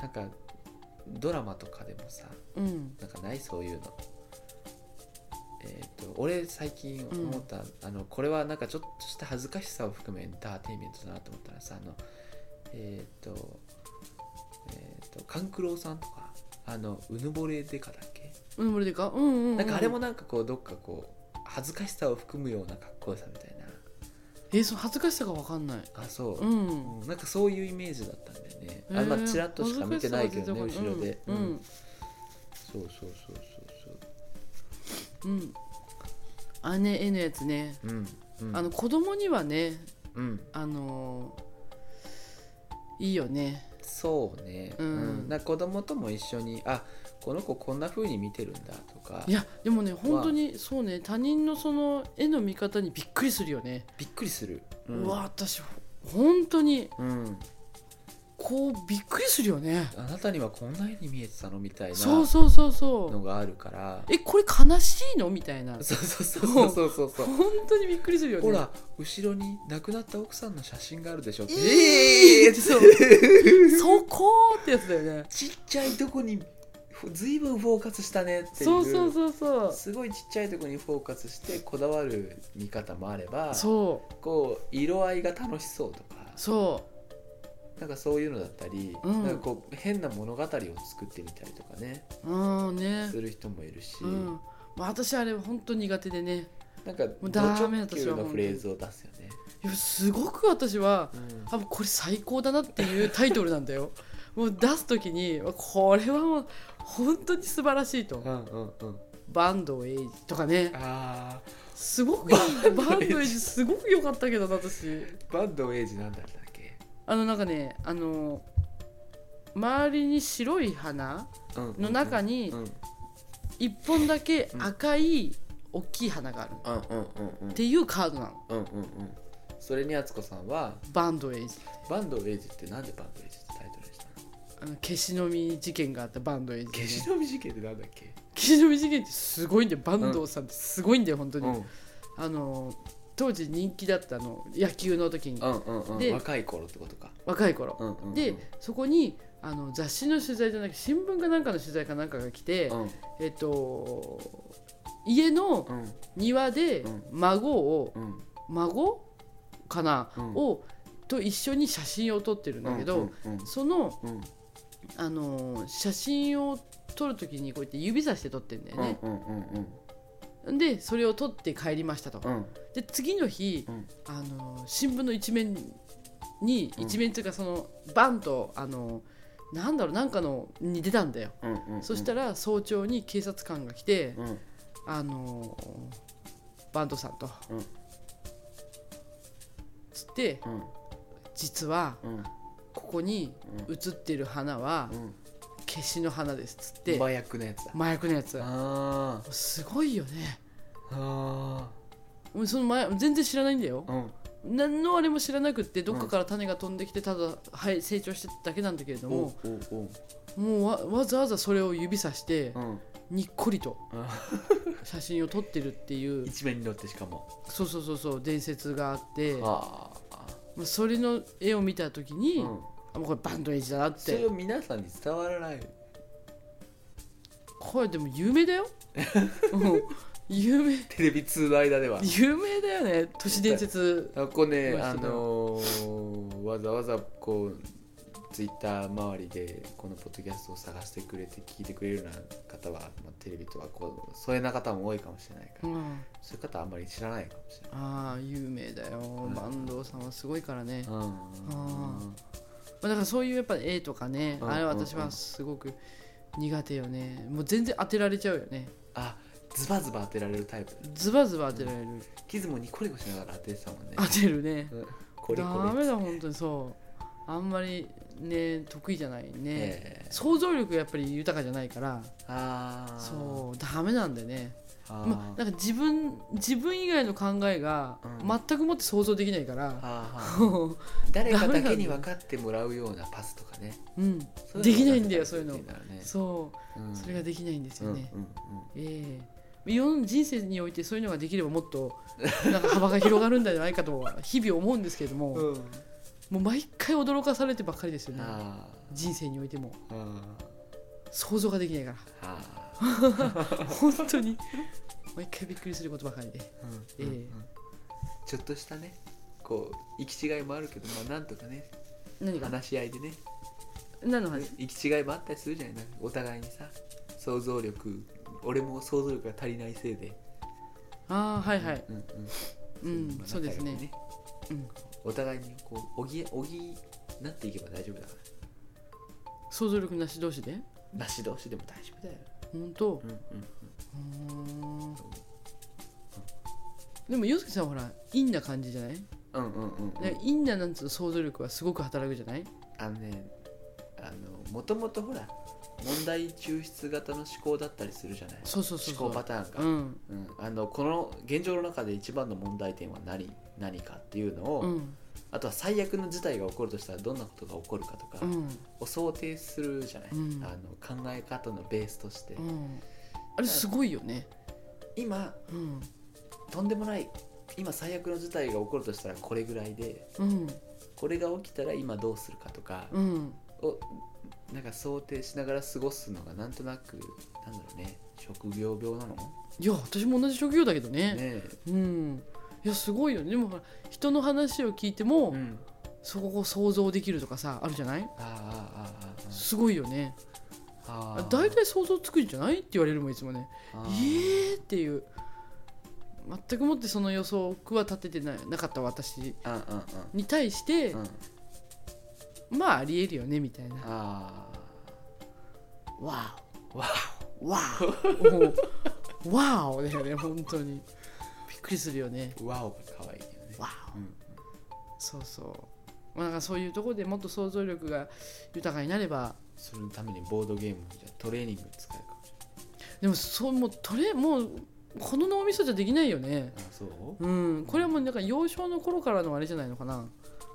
Speaker 2: なんかドラマとかでもさ、
Speaker 3: うん
Speaker 2: なんかないそういうの。えー、と俺最近思った、うん、あのこれはなんかちょっとした恥ずかしさを含めエンターテインメントだなと思ったらさ、あのえっ、ー、とえっ、ー、と勘九郎さんとかあのうぬぼれデカだっけ、
Speaker 3: うぬぼれデカ、うんうん、うん、
Speaker 2: なんかあれもなんかこうどっかこう恥ずかしさを含むようなかっこよさみたいな。
Speaker 3: えー、その恥ずかしさが分かんない。
Speaker 2: あ、そう、
Speaker 3: うん
Speaker 2: うん、なんかそういうイメージだったんだよね。あ、まあチラッとしか見てないけどね、後ろで、
Speaker 3: うん、うん、
Speaker 2: そうそうそうそう
Speaker 3: そう、うん、あね絵のやつね、
Speaker 2: うんうん、
Speaker 3: あの子供にはね、
Speaker 2: うん、
Speaker 3: あのー、いいよね。
Speaker 2: そうね、うんうん、なんか子供とも一緒に、あ、この子こんな風に見てるんだとか。
Speaker 3: いやでもね本当にそうね、他人のその絵の見方にびっくりするよね。
Speaker 2: びっくりする、
Speaker 3: うん、うわ私本当に、
Speaker 2: うん、
Speaker 3: こうびっくりするよね。
Speaker 2: あなたにはこんな絵に見えてたのみたいな
Speaker 3: そうそうそうそう
Speaker 2: のがあるから、
Speaker 3: えこれ悲しいのみたいな。
Speaker 2: そうそうそうそうそうそう
Speaker 3: 本当にびっくりするよね。
Speaker 2: ほら後ろに亡くなった奥さんの写真があるでしょって、
Speaker 3: えー、そうそこってやつだよね。
Speaker 2: ちっちゃいとこにずいぶんフォーカスしたねっていう。
Speaker 3: そうそうそうそう、
Speaker 2: すごいちっちゃいところにフォーカスしてこだわる見方もあれば、
Speaker 3: そう
Speaker 2: こう色合いが楽しそうとか、
Speaker 3: そう
Speaker 2: なんかそういうのだったり、うん、なんかこう変な物語を作ってみたりとかね、
Speaker 3: うんね
Speaker 2: する人もいるし、
Speaker 3: うん、私あれ本当苦手でね、
Speaker 2: なんかド直球のフレーズを出すよね。
Speaker 3: いやすごく私は、うん、あこれ最高だなっていうタイトルなんだよもう出すときにこれはもう本当に素晴らしいと、
Speaker 2: うんうんうん、
Speaker 3: バンドエイジとかね、
Speaker 2: あ
Speaker 3: すごくバンドエイジすごく良かったけど私。
Speaker 2: バンドエイジなんだったっけ。
Speaker 3: あのなんかね、あの周りに白い花の中に一本だけ赤い大きい花があるっていうカードなの、
Speaker 2: うんうんうん、それに敦子さんは
Speaker 3: バンドエイジ。
Speaker 2: バンドエイジってなんでバンドエイジってタイトルにしたの。
Speaker 3: あの消しの実事件があったバンドエイジ、ね、
Speaker 2: 消しの実事件ってなんだっけ。
Speaker 3: 消しの実事件ってすごいんだよ。バンドさんってすごいんだよ本当に、うん、あの当時人気だったの野球の時に、
Speaker 2: うんうんうん、で若い頃ってことか。
Speaker 3: 若い頃、
Speaker 2: うんうんうん、
Speaker 3: でそこにあの雑誌の取材じゃなくて新聞かなんかの取材かなんかが来て、うん、えっと家の庭で孫を、うん、孫かな、うん、をと一緒に写真を撮ってるんだけど、うんうんうん、その、うん、あの写真を撮るときにこうやって指さして撮ってるんだよね、うんうんうんうん、でそれを撮って帰りましたと、うん、で次の日、うん、あの新聞の一面に、うん、一面というかそのバンとあのなんだろうなんかのに出たんだよ、うんうんうん、そしたら早朝に警察官が来て、うん、あのバンドさんと、うん、つって、うん、実は、うん、ここに写ってる花は、うん、消しの花ですつって
Speaker 2: 麻薬のやつだ。
Speaker 3: 麻薬のやつ。
Speaker 2: あ
Speaker 3: すごいよね。
Speaker 2: あ
Speaker 3: その前全然知らないんだよ、うん、何のあれも知らなくってどっかから種が飛んできてただ、はい、成長してただけなんだけれども、おうおうおう、もう わ, わざわざそれを指さして、うん、にっこりと写真を撮ってるっていう
Speaker 2: 一面に載って、しかも
Speaker 3: そうそうそうそう伝説があって、あそれの絵を見た時に、うん、あもうこれバンドエイジだなって。
Speaker 2: それを皆さんに伝わらない。
Speaker 3: これでも有名だよ有名、
Speaker 2: テレビ通の間では
Speaker 3: 有名だよね、都市伝説。
Speaker 2: あこね、あのー、わざわざこうツイッター周りでこのポッドキャストを探してくれて聞いてくれるような方は、まあ、テレビとかこうそういうな方も多いかもしれないから、うん、そういう方はあんまり知らないかもしれない。
Speaker 3: ああ有名だよ、うん、坂東さんはすごいからね、うん、あだからそういうやっぱ絵とかね、うん、あれ私はすごく苦手よね。もう全然当てられちゃうよね。
Speaker 2: あズバズバ当てられるタイプ。
Speaker 3: ズバズバ当てられる、うん、
Speaker 2: キズもニコニコしながら当ててたもんね。
Speaker 3: 当てるね、うん、
Speaker 2: これこれ
Speaker 3: ダメだ本当に。そうあんまりね得意じゃないね、えー、想像力やっぱり豊かじゃないから、あそうダメなんだよね。ま、なんか自分自分以外の考えが全くもって想像できないから、うん、
Speaker 2: 誰かだけに分かってもらうようなパスとかね、
Speaker 3: うん、できないんだよそういうの、ね、そう、うん、それができないんですよね、うんうんうん、えー、世の人生においてそういうのができればもっとなんか幅が広がるんじゃないかと日々思うんですけれども、うん、 もう毎回驚かされてばっかりですよね。
Speaker 2: あ
Speaker 3: 人生においても
Speaker 2: ーあ
Speaker 3: 想像ができないか
Speaker 2: ーあ
Speaker 3: ら本当に毎回びっくりすることばかりで、
Speaker 2: ー、
Speaker 3: ええ
Speaker 2: うんうんうん、ちょっとしたねこう行き違いもあるけど、まあなんとかね
Speaker 3: 何が
Speaker 2: 話し合いでね
Speaker 3: 何の話？
Speaker 2: 行き違いもあったりするじゃない、お互いにさ想像力、俺も想像力が足りないせいで、
Speaker 3: ああはいはい、
Speaker 2: うんうん
Speaker 3: うん
Speaker 2: まあ
Speaker 3: そうですね
Speaker 2: 仲良く
Speaker 3: うん、
Speaker 2: お互いにこうおぎおぎなっていけば大丈夫だか
Speaker 3: 想像力なし同士で
Speaker 2: ら、なし同士でも大丈夫だよ。
Speaker 3: 本当、
Speaker 2: うんうん
Speaker 3: うーんでも洋介さんはほら陰な感じじゃない、
Speaker 2: うんうんうんうん、
Speaker 3: ね、陰ななんつう想像力はすごく働くじゃない？
Speaker 2: あのね、あのもともとほら問題抽出型の思考だったりするじゃない。
Speaker 3: そうそうそうそう
Speaker 2: 思考パターンが、
Speaker 3: うん
Speaker 2: うん、あのこの現状の中で一番の問題点は何何かっていうのを、
Speaker 3: うん
Speaker 2: あとは最悪の事態が起こるとしたらどんなことが起こるかとか
Speaker 3: うん
Speaker 2: を想定するじゃない、
Speaker 3: うん
Speaker 2: あの考え方のベースとして、
Speaker 3: うんあれすごいよね。
Speaker 2: 今
Speaker 3: うん
Speaker 2: とんでもない今最悪の事態が起こるとしたらこれぐらいで、
Speaker 3: うん
Speaker 2: これが起きたら今どうするかとか
Speaker 3: うん
Speaker 2: をなんか想定しながら過ごすのがなんとなくなんだろうね、職業病なの
Speaker 3: いや私も同じ職業だけどね
Speaker 2: ね
Speaker 3: うんいやすごいよね。でもほら人の話を聞いても、
Speaker 2: え、うん、
Speaker 3: そこを想像できるとかさあるじゃない？
Speaker 2: ああああああ
Speaker 3: すごいよね。
Speaker 2: ああ
Speaker 3: 大体想像つくんじゃないって言われるもんいつもね。
Speaker 2: あ
Speaker 3: えーっていう全くもってその予測は立ててななかった私
Speaker 2: あうんうん
Speaker 3: に対して、
Speaker 2: うんうん
Speaker 3: まあありえるよねみたいな。
Speaker 2: あ
Speaker 3: わ
Speaker 2: あわ
Speaker 3: おわおもうわおだよね本当にびっくりするよね。
Speaker 2: おわおが可愛いよね。
Speaker 3: わお、
Speaker 2: うん
Speaker 3: そうそう、まあ、なんかそういうところでもっと想像力が豊かになれば。
Speaker 2: そのためにボードゲームじゃトレーニングに使えるかもし
Speaker 3: でもそうもうトレもうこの脳みそじゃできないよね。
Speaker 2: れない。あそう
Speaker 3: うんこれはもうなんか幼少の頃からのあれじゃないのかな。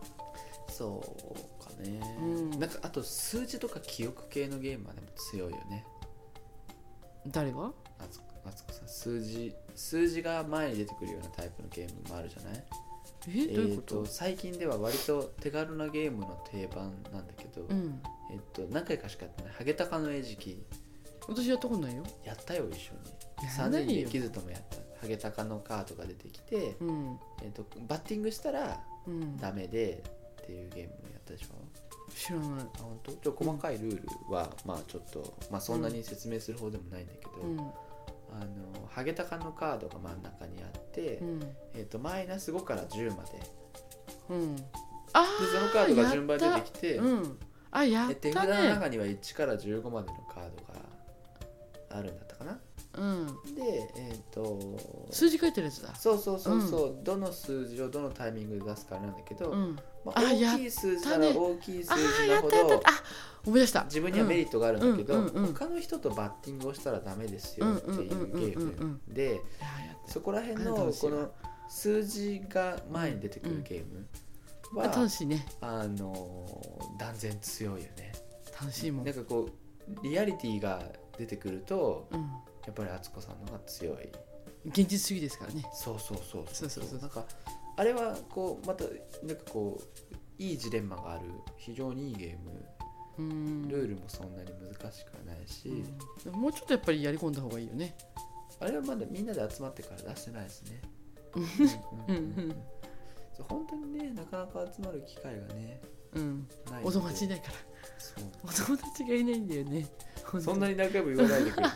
Speaker 2: そうかね、
Speaker 3: うん
Speaker 2: なんかあと数字とか記憶系のゲームはでも強いよね。
Speaker 3: 誰が？
Speaker 2: あつあつこさん数字数字が前に出てくるようなタイプのゲームもあるじゃない。
Speaker 3: えどういうこと？
Speaker 2: えーと最近では割と手軽なゲームの定番なんだけど、
Speaker 3: うん
Speaker 2: えっと何回かしかやってないハゲタカの餌食
Speaker 3: 私やったことないよ。
Speaker 2: やったよ一緒に。
Speaker 3: や
Speaker 2: さん
Speaker 3: らないよ
Speaker 2: にんでキズともやった。ハゲタカのカードが出てきて、
Speaker 3: うん
Speaker 2: えっとバッティングしたら
Speaker 3: うん
Speaker 2: ダメでっていうゲームやったでしょ。
Speaker 3: 知らない。
Speaker 2: あ本当？ちょ細かいルールは、まあちょっと、まあ、そんなに説明する方でもないんだけど、
Speaker 3: うん
Speaker 2: あのハゲタカのカードが真ん中にあって、
Speaker 3: うん
Speaker 2: えっとマイナスごからじゅうまでで
Speaker 3: うんあ
Speaker 2: そのカードが順番に出てきて、
Speaker 3: うんあやっ
Speaker 2: で手
Speaker 3: た
Speaker 2: 札の
Speaker 3: ね。
Speaker 2: 中にはいちからじゅうごまでのカードがあるんだったかな。
Speaker 3: うん
Speaker 2: でえっ、と
Speaker 3: 数字書いてるやつだ。
Speaker 2: そうそうそうそう、どの数字をどのタイミングで出すかなんだけど、
Speaker 3: うん
Speaker 2: まあ、
Speaker 3: あ
Speaker 2: 大きい数字なら大きい数
Speaker 3: あ
Speaker 2: 字
Speaker 3: ーや
Speaker 2: なほど
Speaker 3: ったやったあ思い出した。
Speaker 2: 自分にはメリットがあるんだけど、
Speaker 3: うんうんうんうん
Speaker 2: 他の人とバッティングをしたらダメですよっていうゲームで、
Speaker 3: いややった
Speaker 2: そこら辺
Speaker 3: あれ
Speaker 2: の
Speaker 3: 楽しいわ
Speaker 2: この数字が前に出てくるゲームは、
Speaker 3: あ楽しいね。
Speaker 2: あの断然強いよね。
Speaker 3: 楽しいもん。
Speaker 2: なんかこうリアリティが出てくると
Speaker 3: うん
Speaker 2: やっぱり敦子さんのが強い。
Speaker 3: 現実主義ですからね。
Speaker 2: そうそうそう
Speaker 3: そうそうそう
Speaker 2: なんかあれはこうまたなんかこういいジレンマがある非常にいいゲーム。
Speaker 3: うん
Speaker 2: ルールもそんなに難しくはないし、
Speaker 3: うんもうちょっとやっぱりやり込んだ方がいいよね。
Speaker 2: あれはまだみんなで集まってから出してないですね。
Speaker 3: うん
Speaker 2: うんうんうん
Speaker 3: うん
Speaker 2: そう本当にねなかなか集まる機会がね
Speaker 3: うん
Speaker 2: ないので
Speaker 3: お友達いないから
Speaker 2: そう
Speaker 3: お友達がいないんだよね。
Speaker 2: そんなに何回も言わないでくれる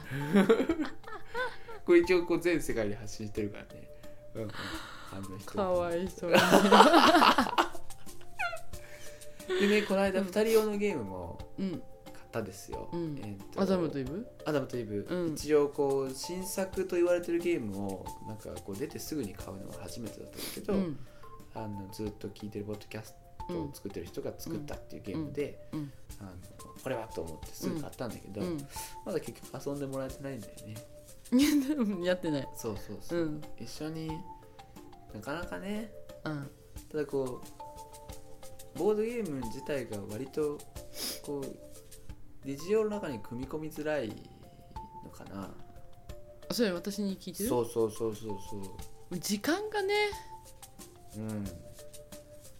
Speaker 2: これ一応こう全世界に発信してるからね、うんうん、あの人
Speaker 3: かわいそうに
Speaker 2: でねこの間ふたり用のゲームも
Speaker 3: うん
Speaker 2: 買ったですよ、
Speaker 3: うん
Speaker 2: えーと
Speaker 3: アダムとイブ
Speaker 2: アダムとイブ、
Speaker 3: うん
Speaker 2: 一応こう新作と言われてるゲームをなんかこう出てすぐに買うのは初めてだったんだけど、
Speaker 3: うん
Speaker 2: あのずっと聞いてるポッドキャストを作ってる人が作ったっていうゲームで、
Speaker 3: うんうん
Speaker 2: あのこれはと思ってすぐ買ったんだけど、
Speaker 3: うん
Speaker 2: まだ結局遊んでもらえてないんだよね。
Speaker 3: うんやってない。
Speaker 2: そうそうそう、
Speaker 3: うん
Speaker 2: 一緒になかなかね、
Speaker 3: うん
Speaker 2: ただこうボードゲーム自体が割とこう日常の中に組み込みづらいのかな。
Speaker 3: それ私に聞いてる？
Speaker 2: そうそうそうそうそう
Speaker 3: 時間がね
Speaker 2: うん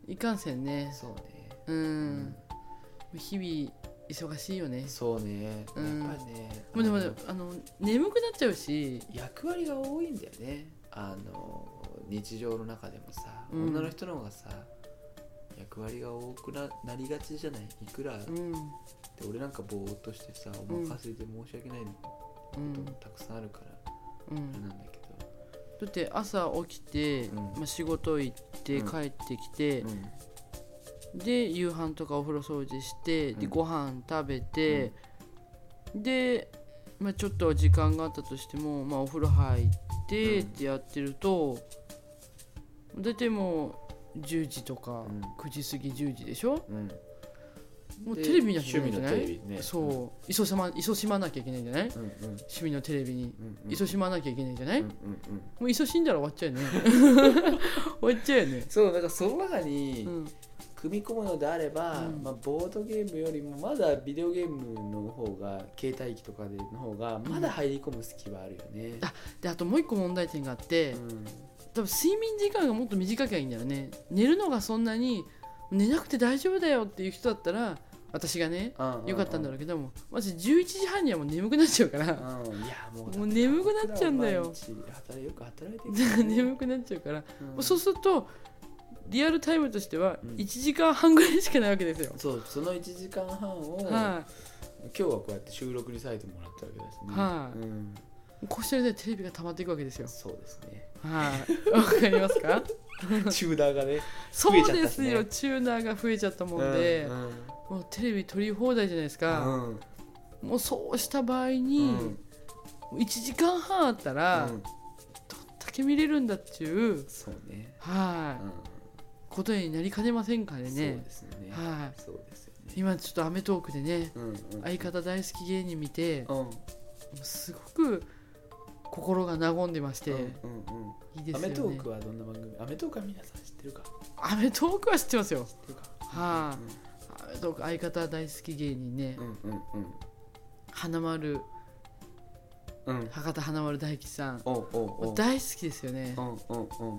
Speaker 3: いかんせんね。
Speaker 2: そうね。
Speaker 3: うん、
Speaker 2: うん、
Speaker 3: 日々忙しいよね。
Speaker 2: そうね。
Speaker 3: うん、
Speaker 2: やっぱりね。
Speaker 3: もうでもあの眠くなっちゃうし、
Speaker 2: 役割が多いんだよね。あの日常の中でもさ、うん、女の人の方がさ役割が多く な, なりがちじゃない。いくら、うん、で俺なんかぼーっとしてさお任せで申し訳ないこともたくさんあるから、うん、あれなんだけど。
Speaker 3: だって朝起きて、うん、まあ、仕事行って帰ってきて、うん、で夕飯とかお風呂掃除して、うん、でご飯食べて、うん、で、まあ、ちょっと時間があったとしても、まあ、お風呂入ってってやってると、うん、だいたいもうじゅうじとか、うん、くじ過ぎじゅうじでしょ、うん、もうテレビ見なきゃいけないんじゃない、ね、そう、いそしま、いそしまなきゃいけないんじゃない、うんうん、趣味のテレビに、うんうん、いそしまなきゃいけないんじゃない、うんうんうん、もういそしんだら終わっちゃうよね終わっちゃうよね。
Speaker 2: そう、だからその中に組み込むのであれば、うん、まあ、ボードゲームよりもまだビデオゲームの方が携帯機とかでの方がまだ入り込む隙はあるよね、
Speaker 3: うん、あ, であともう一個問題点があって、うん、多分睡眠時間がもっと短きゃいいんだよね。寝るのがそんなに寝なくて大丈夫だよっていう人だったら私がね、うんうんうん、よかったんだろうけども、まずじゅういちじはんにはもう眠くなっちゃうから、うん、いやも う, もう眠くなっちゃうんだよ。よく働いてる、ね、眠くなっちゃうから、うん、そうするとリアルタイムとしてはいちじかんはんぐらいしかないわけですよ、
Speaker 2: うん、そう、そのいちじかんはんを、はあ、今日はこうやって収録に割いてもらったわけですね、はあ、うん、
Speaker 3: こうしてるとテレビが溜まっていくわけですよ。
Speaker 2: そうですね、
Speaker 3: はい、わかりますか
Speaker 2: チューナーがね、
Speaker 3: そうですよ、チューナーが増えちゃったもんで、うんうん、もうテレビ撮り放題じゃないですか、うん、もうそうした場合に、うん、いちじかんはんあったら、うん、どんだけ見れるんだっていう、
Speaker 2: そうね、
Speaker 3: はい、うん、ことになりかねませんからね。そう
Speaker 2: ですよね、
Speaker 3: はい、
Speaker 2: そうですよね。
Speaker 3: 今ちょっとアメトークでね、うんうん、相方大好き芸人見て、うん、すごく心が和んでまして、うんうんうん、いいですよね。
Speaker 2: アメトークはどんな番組？アメトークは皆さん知ってるか？
Speaker 3: アメトークは知ってますよ。
Speaker 2: 知ってるか？
Speaker 3: はい、あ、うんうん、アメトーク相方大好き芸人ね、うんうんうん、花丸、うん、博多華丸大吉さん、おうおうおう、大好きですよね、うんうんうん、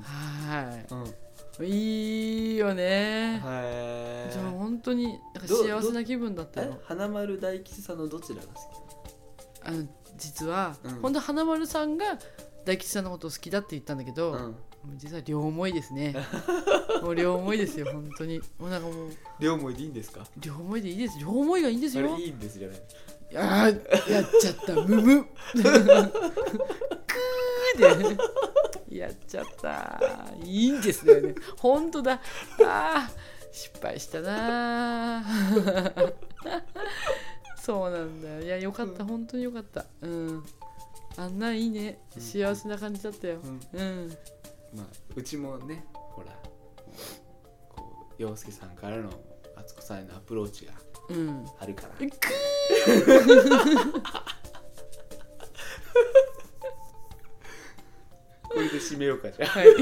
Speaker 3: はい、うん、いいよね。はい、じゃあ本当になんか幸せな気分だったよ。
Speaker 2: 華丸大吉さんのどちらが好き？
Speaker 3: あの実は、うん、本当華丸さんが大吉さんのことを好きだって言ったんだけど、うん、実は両思いですねもう両思いですよ本当に。もうなんかもう
Speaker 2: 両思いでいいんですか？
Speaker 3: 両思いでいいです。両思いがいいんですよ。
Speaker 2: あれいいんですじゃない。
Speaker 3: あーやっちゃったムムくーでやっちゃったいいんですよね。本当だ。あー失敗したなそうなんだよ。いやよかった、うん、本当によかった、うん、あんないいね、うん、幸せな感じだったよ、うん、うん、
Speaker 2: まあうちもねほらこう陽介さんからの敦子さんへのアプローチがあるから、うん、くこれで締めようかじゃあ、はい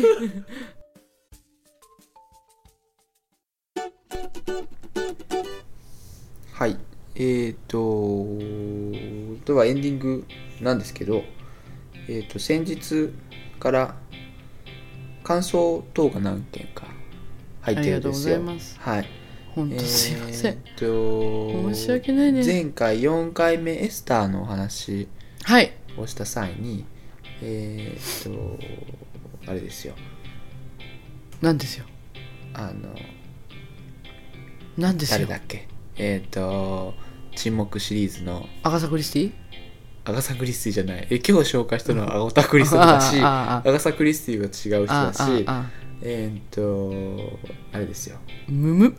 Speaker 2: はい、えーとではエンディングなんですけど、えーと先日から感想等が何件か入ってるんですよ。ありがとうございます。はい。
Speaker 3: 本当すいません。えーと申し訳ないね。
Speaker 2: 前回よんかいめエスターのお話をした際に、はい、えーとあれですよ。
Speaker 3: なんですよ。
Speaker 2: あの
Speaker 3: なんですよ。
Speaker 2: 誰だっけ？えーと沈黙シリーズの
Speaker 3: アガサ・クリスティ？
Speaker 2: アガサ・クリスティじゃない。え今日紹介したのはアゴタ・クリスティだし、アガサ・クリスティが違う人だし、あああえー、っとあれですよ。
Speaker 3: むむ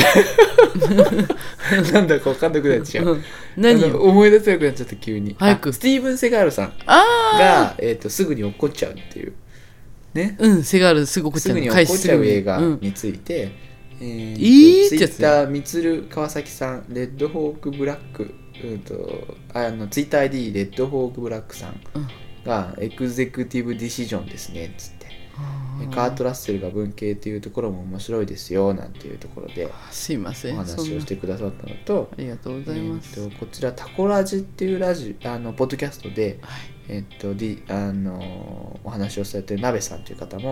Speaker 2: なんだか分かんなくなっちゃう。
Speaker 3: 何よ
Speaker 2: 思い出せなくなっちゃった急に。
Speaker 3: 早く。
Speaker 2: スティーブン・セガールさんが、えー、っとすぐに怒っちゃうっていうね。
Speaker 3: うんセガールすぐ怒っちゃう。
Speaker 2: すぐに怒っちゃう映画について。うんえー、
Speaker 3: いい
Speaker 2: ツイッターみつる川崎さんレッドホークブラック、うんとあのツイッター アイディー レッドホークブラックさんが、うん、エグゼクティブディシジョンですねっつって、カート・ラッセルが文系っていうところも面白いですよなんていうところです
Speaker 3: いません
Speaker 2: お話をしてくださったのと、
Speaker 3: ありがとうございます。
Speaker 2: えー、とこちらタコラジっていうラジあのポッドキャストで、はいえーと D、あのお話をされてる鍋さんという方も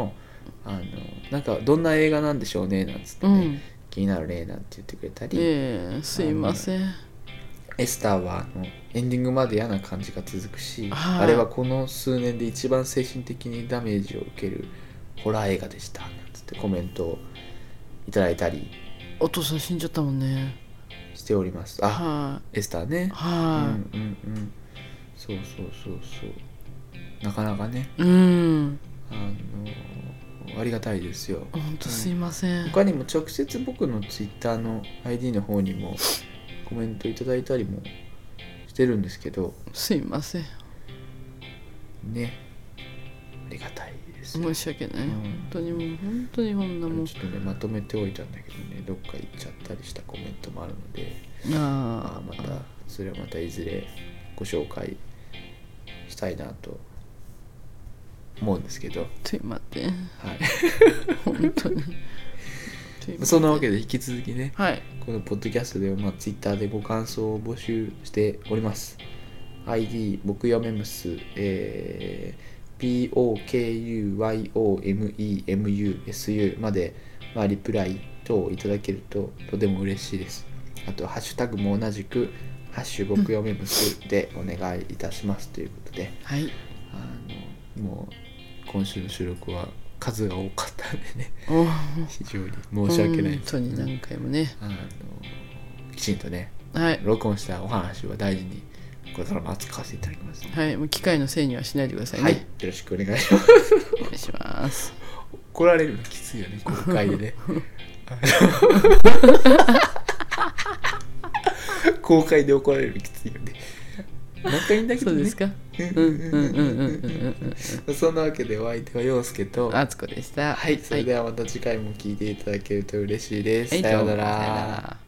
Speaker 2: あのなんかどんな映画なんでしょうねなんつってね、
Speaker 3: うん、
Speaker 2: 気になるねなんて言ってくれたり、
Speaker 3: ええすいません。
Speaker 2: エスターはあのエンディングまで嫌な感じが続くし、
Speaker 3: はい
Speaker 2: あれはこの数年で一番精神的にダメージを受けるホラー映画でしたなんつってコメントをいただいたり
Speaker 3: お父さん死んじゃったもんね。
Speaker 2: しております。あ、
Speaker 3: は
Speaker 2: エスターね。
Speaker 3: いは
Speaker 2: うんうんうんそうそうそうそうなかなかね
Speaker 3: い、うん
Speaker 2: あのありがたいですよ。
Speaker 3: ほんとすいません。
Speaker 2: 他にも直接僕のツイッターの アイディー の方にもコメントいただいたりもしてるんですけど
Speaker 3: すいません、
Speaker 2: ね、ありがたいですよ。
Speaker 3: 申し訳ない、
Speaker 2: うん
Speaker 3: 本当にもう本当にこんなもん。
Speaker 2: ちょっとねまとめておいたんだけどねどっか行っちゃったりしたコメントもあるので、まあ、
Speaker 3: あ
Speaker 2: またそれはまたいずれご紹介したいなと思うんですけど、はい、
Speaker 3: すいません本当に
Speaker 2: そんなわけで引き続きね
Speaker 3: はい
Speaker 2: このポッドキャストでは、まあ、ツイッターでご感想を募集しております。アイディー 僕よめむす、えー、ピーオーケーユーワイオーエムイーエムユーエスユー まで、まあ、リプライ等いただけるととても嬉しいです。あとハッシュタグも同じくハッシュ僕よめむすでお願いいたしますということで、
Speaker 3: はい
Speaker 2: あのもう今週の収録は数が多かったんでね
Speaker 3: お
Speaker 2: 非常に申し訳ないです。
Speaker 3: 本当に何回もね、
Speaker 2: あのきちんとね
Speaker 3: はい
Speaker 2: 録音したお話は大事にこれからも扱わせていただきます、ね、
Speaker 3: はい、もう機械のせいにはしないでくださいね。
Speaker 2: はい、よろしくお願いします
Speaker 3: お願いします
Speaker 2: 怒られるのきついよね公開でね公開で怒られるのきついよね仲いいんだけどね。
Speaker 3: そうですか。うんうんうんうんうんうん
Speaker 2: そんなわけでお相手は陽介と
Speaker 3: あつこでした。
Speaker 2: はい、それではまた次回も聞いていただけると嬉しいです、
Speaker 3: はい
Speaker 2: さような
Speaker 3: どうもさような
Speaker 2: ら。
Speaker 3: ら。